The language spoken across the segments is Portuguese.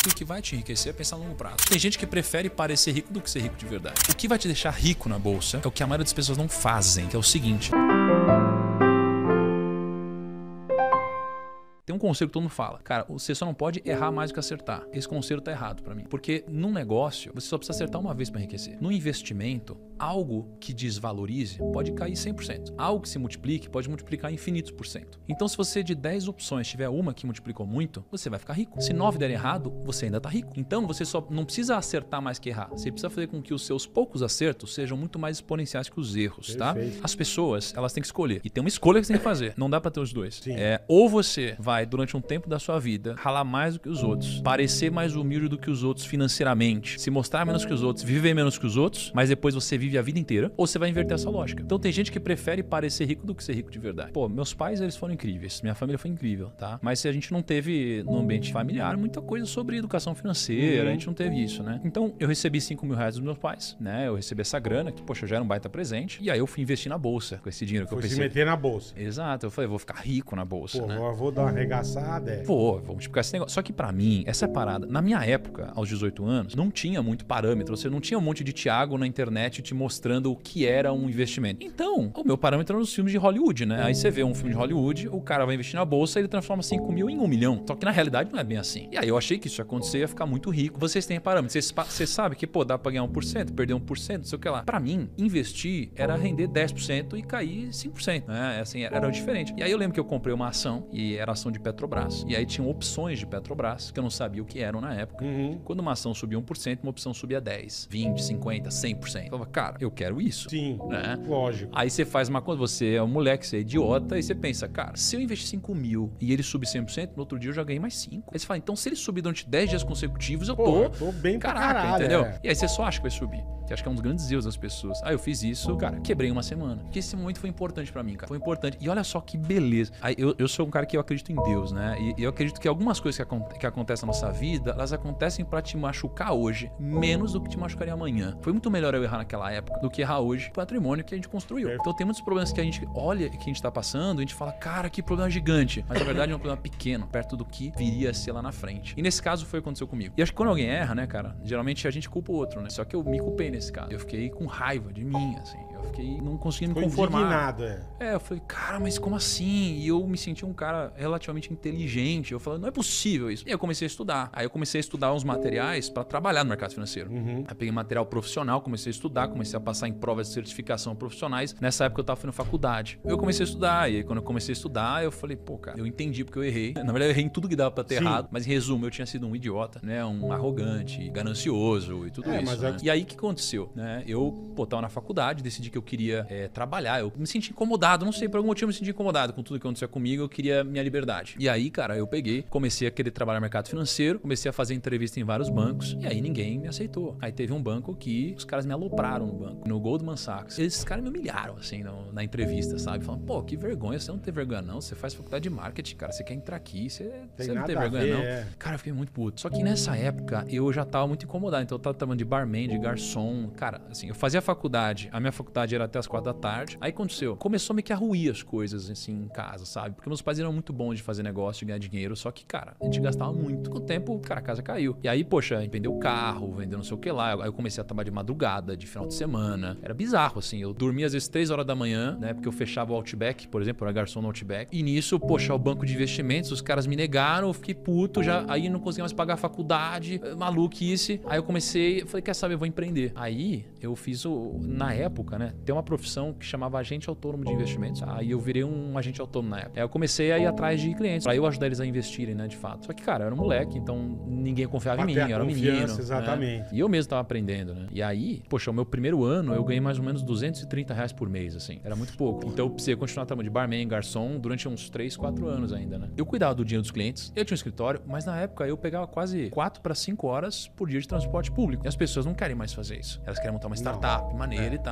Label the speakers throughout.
Speaker 1: que o que vai te enriquecer é pensar a longo prazo. Tem gente que prefere parecer rico do que ser rico de verdade. O que vai te deixar rico na bolsa é o que a maioria das pessoas não fazem, que é o seguinte. Tem um conselho que todo mundo fala. Cara, você só não pode errar mais do que acertar. Esse conselho tá errado pra mim. Porque num negócio, você só precisa acertar uma vez pra enriquecer. No investimento, algo que desvalorize pode cair 100%. Algo que se multiplique pode multiplicar infinitos por cento. Então, se você de 10 opções tiver uma que multiplicou muito, você vai ficar rico. Se 9 der errado, você ainda tá rico. Então, você só não precisa acertar mais que errar. Você precisa fazer com que os seus poucos acertos sejam muito mais exponenciais que os erros, tá? As pessoas, elas têm que escolher. E tem uma escolha que você tem que fazer. Não dá pra ter os dois. Ou você vai, durante um tempo da sua vida, ralar mais do que os outros, parecer mais humilde do que os outros financeiramente, se mostrar menos que os outros, viver menos que os outros, mas depois você vive a vida inteira, ou você vai inverter essa lógica. Então tem gente que prefere parecer rico do que ser rico de verdade. Pô, meus pais, eles foram incríveis, minha família foi incrível, tá? Mas se a gente não teve no ambiente familiar muita coisa sobre educação financeira, a gente não teve isso, né? Então eu recebi 5 mil reais dos meus pais, né? Eu recebi essa grana, que poxa, já era um baita presente, e aí eu fui investir na bolsa com esse dinheiro que eu pensei.
Speaker 2: Foi se meter na bolsa.
Speaker 1: Exato, eu falei, vou ficar rico na bolsa, né?
Speaker 2: Pô, vou dar uma arregaçada.
Speaker 1: Vou multiplicar esse negócio. Só que pra mim, essa parada, na minha época, aos 18 anos, não tinha muito parâmetro. Você não tinha um monte de Thiago na internet te mostrando o que era um investimento. Então, o meu parâmetro era nos filmes de Hollywood, né? Aí você vê um filme de Hollywood, o cara vai investir na bolsa, ele transforma 5 mil em 1 milhão. Só que na realidade não é bem assim. E aí eu achei que isso ia acontecer, ia ficar muito rico. Vocês têm parâmetros. Vocês sabem que, pô, dá pra ganhar 1%, perder 1%, não sei o que lá. Pra mim, investir era render 10% e cair 5%, né? Assim, era diferente. E aí eu lembro que eu comprei uma ação, e era ação de Petrobras. E aí tinham opções de Petrobras, que eu não sabia o que eram na época. Quando uma ação subia 1%, uma opção subia 10%, 20%, 50%, 100%. Eu falava, cara, eu quero isso.
Speaker 2: Sim,
Speaker 1: né?
Speaker 2: Lógico.
Speaker 1: Aí você faz uma coisa, você é um moleque, você é idiota, e você pensa, cara, se eu investir 5 mil e ele subir 100%, no outro dia eu já ganhei mais 5. Aí você fala, então se ele subir durante 10 dias consecutivos, eu tô
Speaker 2: bem pra
Speaker 1: caraca,
Speaker 2: caralho,
Speaker 1: entendeu? E aí você só acha que vai subir. Que acho que é um dos grandes erros das pessoas. Aí eu fiz isso, cara, quebrei uma semana. Porque esse momento foi importante pra mim, cara. Foi importante. E olha só que beleza. Aí eu sou um cara que eu acredito em Deus, né? E eu acredito que algumas coisas que acontecem na nossa vida, elas acontecem pra te machucar hoje, menos do que te machucaria amanhã. Foi muito melhor eu errar naquela época do que errar hoje o patrimônio que a gente construiu. Então tem muitos problemas que a gente olha e que a gente tá passando, e a gente fala, cara, que problema gigante. Mas na verdade é um problema pequeno, perto do que viria a ser lá na frente. E nesse caso foi o que aconteceu comigo. E acho que quando alguém erra, né, cara, geralmente a gente culpa o outro, né? Só que eu me culpei nesse caso. Eu fiquei com raiva de mim, assim. Eu fiquei não conseguindo me conformar.
Speaker 2: Indignado,
Speaker 1: eu falei, cara, mas como assim? E eu me senti um cara relativamente inteligente. Eu falei, não é possível isso. E aí eu comecei a estudar. Aí eu comecei a estudar uns materiais pra trabalhar no mercado financeiro. Aí peguei material profissional, comecei a estudar, comecei a passar em provas de certificação profissionais. Nessa época eu tava fazendo faculdade. Eu comecei a estudar. E aí quando eu comecei a estudar, eu falei, pô, cara, eu entendi porque eu errei. Na verdade, eu errei em tudo que dava pra ter errado. Mas em resumo, eu tinha sido um idiota, né? Um arrogante, ganancioso e tudo isso. Né? E aí o que aconteceu? Né? Eu, pô, tava na faculdade, decidi que eu queria trabalhar. Eu me senti incomodado, não sei, por algum motivo eu me senti incomodado com tudo que acontecia comigo, eu queria minha liberdade. E aí, cara, eu peguei, comecei a querer trabalhar no mercado financeiro, comecei a fazer entrevista em vários bancos, e aí ninguém me aceitou. Aí teve um banco que os caras me alopraram no banco, no Goldman Sachs. Esses caras me humilharam, assim, na entrevista, sabe? Falando, pô, que vergonha, você não tem vergonha não, você faz faculdade de marketing, cara, você quer entrar aqui, você não tem vergonha não. Cara, eu fiquei muito puto. Só que nessa época, eu já tava muito incomodado, então eu tava trabalhando de barman, de garçom, cara, assim, eu fazia faculdade, a minha faculdade era até as 4 da tarde. Aí aconteceu, começou meio que a ruir as coisas assim em casa, sabe? Porque meus pais eram muito bons de fazer negócio, de ganhar dinheiro, só que, cara, a gente gastava muito. Com o tempo, cara, a casa caiu. E aí, poxa, vendeu o carro, vendeu não sei o que lá. Aí eu comecei a trabalhar de madrugada, de final de semana. Era bizarro, assim. Eu dormia às vezes 3 horas da manhã, né? Porque eu fechava o Outback, por exemplo, eu era garçom no Outback. E nisso, poxa, o banco de investimentos, os caras me negaram, eu fiquei puto já. Aí não conseguia mais pagar a faculdade, maluquice. Aí eu comecei, falei, quer saber, eu vou empreender. Aí eu fiz na época, né? Tem uma profissão que chamava agente autônomo de investimentos. Aí eu virei um agente autônomo na época. Aí eu comecei a ir atrás de clientes, pra eu ajudar eles a investirem, né, de fato. Só que, cara, eu era um moleque, então ninguém confiava em mim, eu era um menino.
Speaker 2: Exatamente.
Speaker 1: Né? E eu mesmo tava aprendendo, né? E aí, poxa, o meu primeiro ano eu ganhei mais ou menos R$230 por mês, assim. Era muito pouco. Então eu precisei continuar trabalhando de barman, garçom, durante uns 3, 4 anos ainda, né? Eu cuidava do dinheiro dos clientes, eu tinha um escritório, mas na época eu pegava quase 4 para 5 horas por dia de transporte público. E as pessoas não querem mais fazer isso. Elas querem montar uma startup maneira e tal. Pô,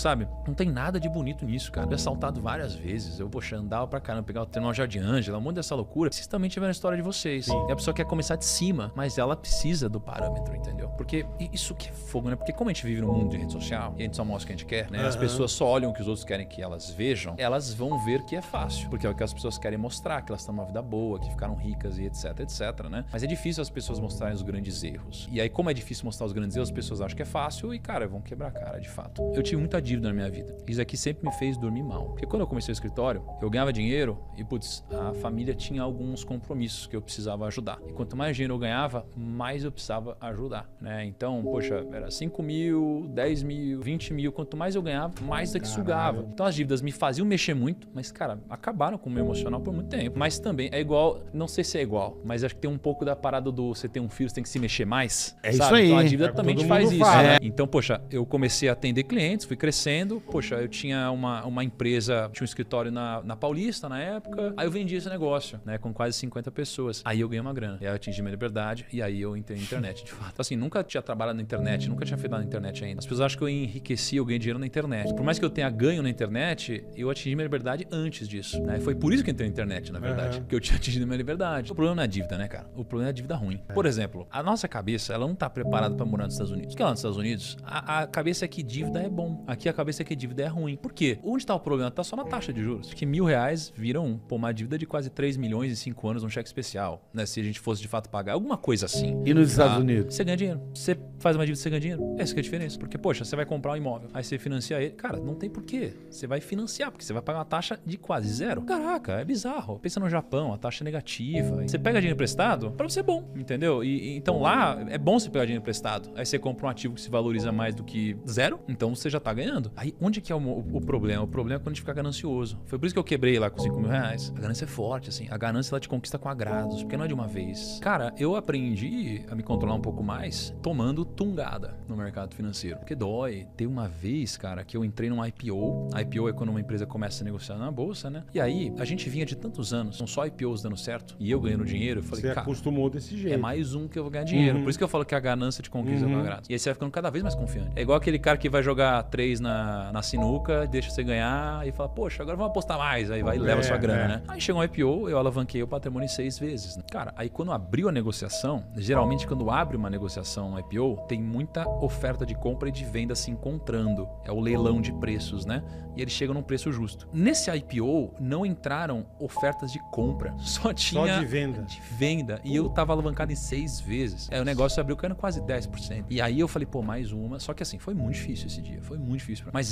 Speaker 1: sabe? Não tem nada de bonito nisso, cara. Eu fui assaltado várias vezes. Eu, poxa, andava pra caramba, pegar o trem no Jardim Ângela, um monte dessa loucura. Vocês também tiveram a história de vocês. E a pessoa quer começar de cima, mas ela precisa do parâmetro, entendeu? Porque isso que é fogo, né? Porque como a gente vive num mundo de rede social, e a gente só mostra o que a gente quer, né? As pessoas só olham o que os outros querem que elas vejam, elas vão ver que é fácil. Porque é o que as pessoas querem mostrar, que elas estão numa vida boa, que ficaram ricas e etc, etc, né? Mas é difícil as pessoas mostrarem os grandes erros. E aí, como é difícil mostrar os grandes erros, as pessoas acham que é fácil e, cara, vão quebrar a cara, de fato. Eu tive muita dívida na minha vida. Isso aqui sempre me fez dormir mal. Porque quando eu comecei o escritório, eu ganhava dinheiro e, putz, a família tinha alguns compromissos que eu precisava ajudar. E quanto mais dinheiro eu ganhava, mais eu precisava ajudar, né? Então, poxa, era 5 mil, 10 mil, 20 mil. Quanto mais eu ganhava, mais daqui sugava. Então as dívidas me faziam mexer muito, mas, cara, acabaram com o meu emocional por muito tempo. Mas também é igual, não sei se é igual, mas acho que tem um pouco da parada do você ter um filho, você tem que se mexer mais.
Speaker 3: É
Speaker 1: sabe?
Speaker 3: isso aí.
Speaker 1: Então a dívida também te faz isso.
Speaker 3: Né?
Speaker 1: Então, poxa, eu comecei a atender clientes, fui crescendo. Poxa, eu tinha uma empresa, tinha um escritório na Paulista na época. Aí eu vendi esse negócio, né, com quase 50 pessoas. Aí eu ganhei uma grana. E aí eu atingi minha liberdade e aí eu entrei na internet, de fato. Assim, nunca tinha trabalhado na internet, nunca tinha feito nada na internet ainda. As pessoas acham que eu enriqueci, eu ganhei dinheiro na internet. Por mais que eu tenha ganho na internet, eu atingi minha liberdade antes disso, né? Foi por isso que eu entrei na internet, na verdade. Porque eu tinha atingido minha liberdade. O problema não é a dívida, né, cara? O problema é a dívida ruim. Por exemplo, a nossa cabeça, ela não tá preparada pra morar nos Estados Unidos. Porque lá nos Estados Unidos, a cabeça é que dívida é bom. Aqui a cabeça é que dívida é ruim. Por quê? Onde tá o problema? Tá só na taxa de juros. Porque R$1.000 viram uma dívida de quase 3 milhões em 5 anos num cheque especial, né? Se a gente fosse de fato pagar alguma coisa assim.
Speaker 3: E nos Estados Unidos?
Speaker 1: Você ganha dinheiro. Você faz uma dívida, você ganha dinheiro. Essa que é a diferença. Porque, poxa, você vai comprar um imóvel, aí você financia ele. Cara, não tem porquê. Você vai financiar, porque você vai pagar uma taxa de quase zero. Caraca, é bizarro. Pensa no Japão, a taxa é negativa. Você pega dinheiro emprestado, pra você é bom, entendeu? Então lá, é bom você pegar dinheiro emprestado. Aí você compra um ativo que se valoriza mais do que zero, então você já tá ganhando. Aí, onde que é o problema? O problema é quando a gente fica ganancioso. Foi por isso que eu quebrei lá com R$5.000. A ganância é forte, assim. A ganância, ela te conquista com agrados, porque não é de uma vez. Cara, eu aprendi a me controlar um pouco mais tomando tungada no mercado financeiro. Porque dói. Tem uma vez, cara, que eu entrei num IPO. IPO é quando uma empresa começa a negociar na bolsa, né? E aí, a gente vinha de tantos anos, com só IPOs dando certo, e eu ganhando dinheiro, eu falei,
Speaker 2: Você
Speaker 1: cara,
Speaker 2: acostumou desse jeito.
Speaker 1: é mais um que eu vou ganhar dinheiro. Por isso que eu falo que a ganância te conquista com agrados. E aí você vai ficando cada vez mais confiante. É igual aquele cara que vai jogar 3 na sinuca, deixa você ganhar e fala, poxa, agora vamos apostar mais. Aí vai e leva sua grana, né? Aí chegou um IPO, eu alavanquei o patrimônio 6 vezes. Né? Cara, aí quando abriu a negociação, geralmente quando abre uma negociação no IPO, tem muita oferta de compra e de venda se encontrando. É o leilão de preços, né? E eles chegam num preço justo. Nesse IPO, não entraram ofertas de compra. Só tinha...
Speaker 2: Só de venda.
Speaker 1: De venda. E eu tava alavancado em 6 vezes. Aí o negócio abriu caindo quase 10%. E aí eu falei, pô, mais uma. Só que assim, foi muito difícil esse dia. Foi muito difícil. Mas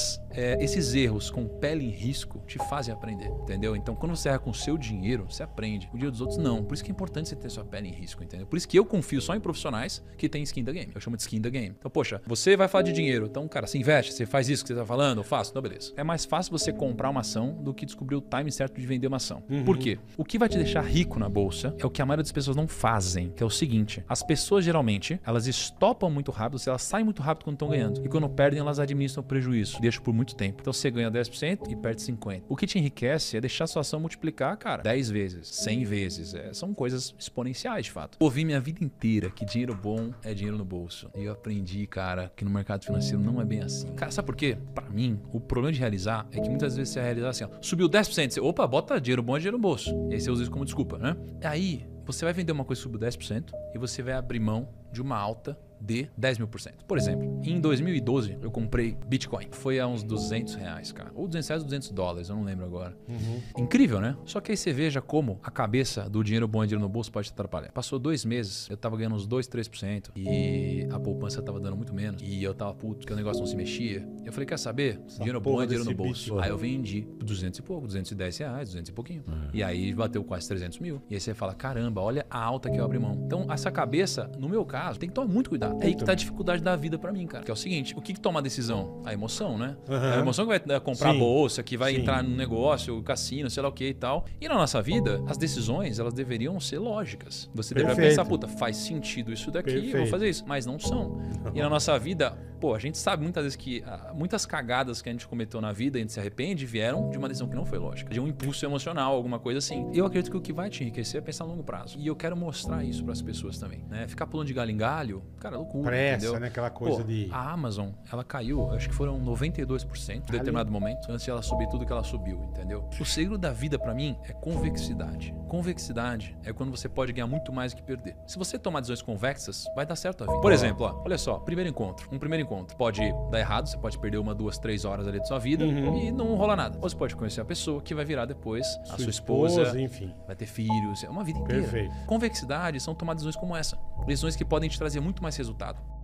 Speaker 1: esses erros com pele em risco te fazem aprender, entendeu? Então, quando você erra com o seu dinheiro, você aprende. O dinheiro dos outros, não. Por isso que é importante você ter sua pele em risco, entendeu? Por isso que eu confio só em profissionais que têm skin da game. Eu chamo de skin da game. Então, poxa, você vai falar de dinheiro. Então, cara, você investe, você faz isso que você tá falando, eu faço. Então, beleza. É mais fácil você comprar uma ação do que descobrir o time certo de vender uma ação. Por quê? O que vai te deixar rico na bolsa é o que a maioria das pessoas não fazem, que é o seguinte. As pessoas, geralmente, elas estopam muito rápido, elas saem muito rápido quando estão ganhando. E quando perdem, elas administram o prejuízo. Deixam por muito tempo. Então, você ganha 10% e perde 50%. O que te enriquece é deixar a sua ação multiplicar, cara, 10 vezes, 100 vezes. São coisas exponenciais, de fato. Ouvi minha vida inteira que dinheiro bom é dinheiro no bolso. E eu aprendi, cara, que no mercado financeiro não é bem assim. Cara, sabe por quê? Pra mim, o problema de realizar é que muitas vezes você vai realizar assim, ó, subiu 10%, você, opa, bota dinheiro bom é dinheiro no bolso. E aí você usa isso como desculpa, né? Aí, você vai vender uma coisa que subiu 10% e você vai abrir mão de uma alta de 10.000%. Por exemplo, em 2012 eu comprei Bitcoin. Foi a uns R$200, cara. Ou R$200 ou $200, eu não lembro agora. Incrível, né? Só que aí você veja como a cabeça do dinheiro bom e dinheiro no bolso pode te atrapalhar. Passou 2 meses, eu tava ganhando uns 2, 3% e a poupança tava dando muito menos. E eu tava puto, que o negócio não se mexia. Eu falei, quer saber? Dinheiro bom é dinheiro no bolso. Aí eu vendi 200 e pouco, R$210, 200 e pouquinho. E aí bateu quase 300 mil. E aí você fala, caramba, olha a alta que eu abri mão. Então essa cabeça, no meu caso, tem que tomar muito cuidado. É aí que tá a dificuldade da vida pra mim, cara. Que é o seguinte, o que toma a decisão? A emoção, né? A emoção que vai comprar a bolsa, que vai entrar no negócio, o cassino, sei lá o que e tal. E na nossa vida, as decisões, elas deveriam ser lógicas. Você deveria pensar, puta, faz sentido isso daqui, eu vou fazer isso. Mas não são. E na nossa vida, Pô, a gente sabe muitas vezes que muitas cagadas que a gente cometeu na vida, a gente se arrepende, vieram de uma decisão que não foi lógica, de um impulso emocional, alguma coisa assim. Eu acredito que o que vai te enriquecer é pensar a longo prazo. E eu quero mostrar isso para as pessoas também, né? Ficar pulando de galho em galho, cara, loucura,
Speaker 2: Pressa,
Speaker 1: entendeu?
Speaker 2: né? Aquela coisa de...
Speaker 1: A Amazon, ela caiu, acho que foram 92% em determinado momento, antes de ela subir tudo que ela subiu, entendeu? O segredo da vida para mim é convexidade. Convexidade é quando você pode ganhar muito mais do que perder. Se você tomar decisões convexas, vai dar certo a vida. Por exemplo, ó, olha só, primeiro encontro. Um primeiro encontro pode dar errado, você pode perder 1, 2, 3 horas ali da sua vida e não rola nada. Ou você pode conhecer a pessoa que vai virar depois a sua esposa,
Speaker 2: enfim.
Speaker 1: vai ter filhos, é uma vida inteira.
Speaker 2: Perfeito.
Speaker 1: Convexidade são tomar decisões como essa. Decisões que podem te trazer muito mais resultado.